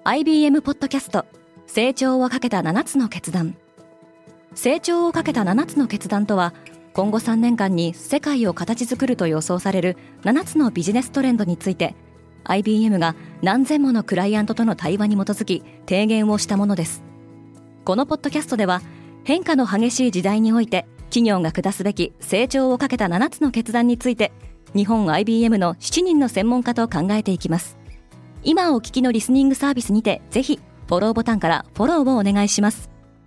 IBM ポッドキャスト成長をかけた7つの決断。成長をかけた7つの決断とは、今後3年間に世界を形作ると予想される7つのビジネストレンドについて、 IBM が何千ものクライアントとの対話に基づき提言をしたものです。このポッドキャストでは、変化の激しい時代において企業が下すべき成長をかけた7つの決断について、日本 IBM の7人の専門家と考えていきます。今お聞きのリスニングサービスにて、ぜひフォローボタンからフォローをお願いします。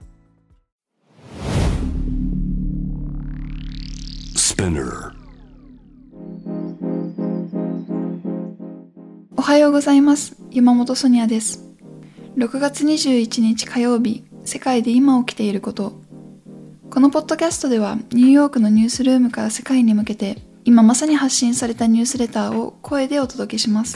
おはようございます。山本ソニアです。6月21日火曜日、世界で今起きていること。このポッドキャストでは、ニューヨークのニュースルームから世界に向けて、今まさに発信されたニュースレターを声でお届けします。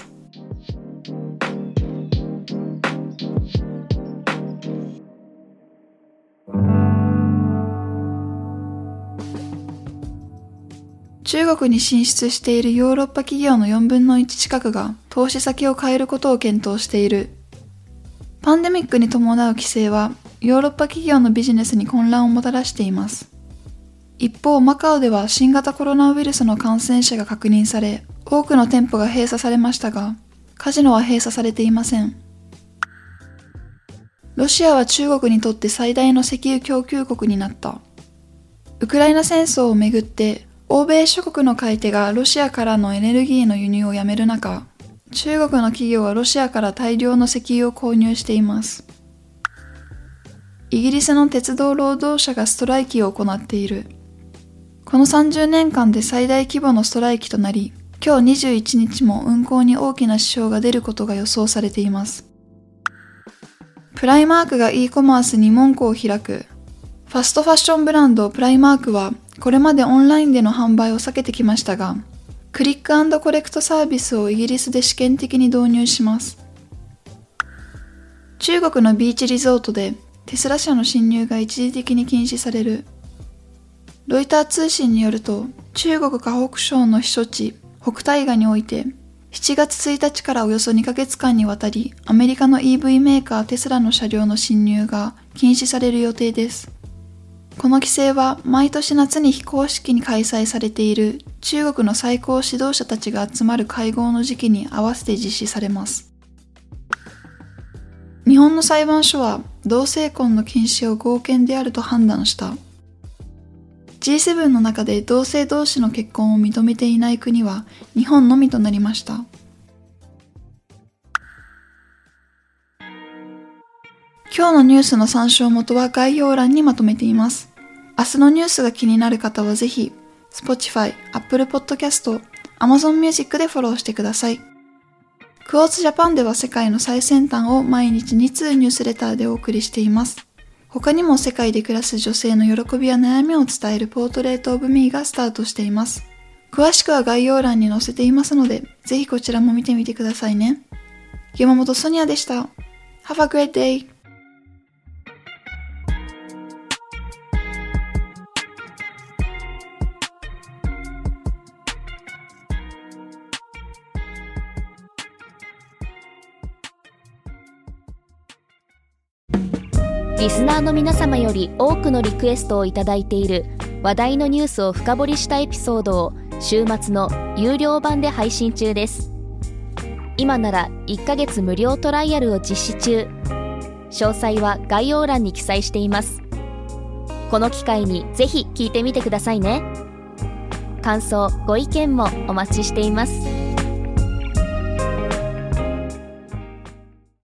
中国に進出しているヨーロッパ企業の4分の1近くが投資先を変えることを検討している。パンデミックに伴う規制はヨーロッパ企業のビジネスに混乱をもたらしています。一方、マカオでは新型コロナウイルスの感染者が確認され、多くの店舗が閉鎖されましたが、カジノは閉鎖されていません。ロシアは中国にとって最大の石油供給国になった。ウクライナ戦争をめぐって、欧米諸国の買い手がロシアからのエネルギーの輸入をやめる中、中国の企業はロシアから大量の石油を購入しています。イギリスの鉄道労働者がストライキを行っている。この30年間で最大規模のストライキとなり、今日21日も運行に大きな支障が出ることが予想されています。プライマークが e コマースに門戸を開く。ファストファッションブランドプライマークは、これまでオンラインでの販売を避けてきましたが、クリック&コレクトサービスをイギリスで試験的に導入します。中国のビーチリゾートでテスラ車の侵入が一時的に禁止される。ロイター通信によると、中国河北省の避暑地、北戴河において、7月1日からおよそ2ヶ月間にわたり、アメリカの EV メーカーテスラの車両の侵入が禁止される予定です。この規制は毎年夏に非公式に開催されている中国の最高指導者たちが集まる会合の時期に合わせて実施されます。日本の裁判所は同性婚の禁止を合憲であると判断した。G7 の中で同性同士の結婚を認めていない国は日本のみとなりました。今日のニュースの参照元は概要欄にまとめています。明日のニュースが気になる方はぜひ、Spotify、Apple Podcast、Amazon Music でフォローしてください。クォーツジャパンでは世界の最先端を毎日2通ニュースレターでお送りしています。他にも世界で暮らす女性の喜びや悩みを伝えるポートレートオブミーがスタートしています。詳しくは概要欄に載せていますので、ぜひこちらも見てみてくださいね。山本ソニアでした。Have a great day! リスナーの皆様より多くのリクエストをいただいている話題のニュースを深掘りしたエピソードを週末の有料版で配信中です。今なら1ヶ月無料トライアルを実施中。詳細は概要欄に記載しています。この機会にぜひ聞いてみてくださいね。感想、ご意見もお待ちしています。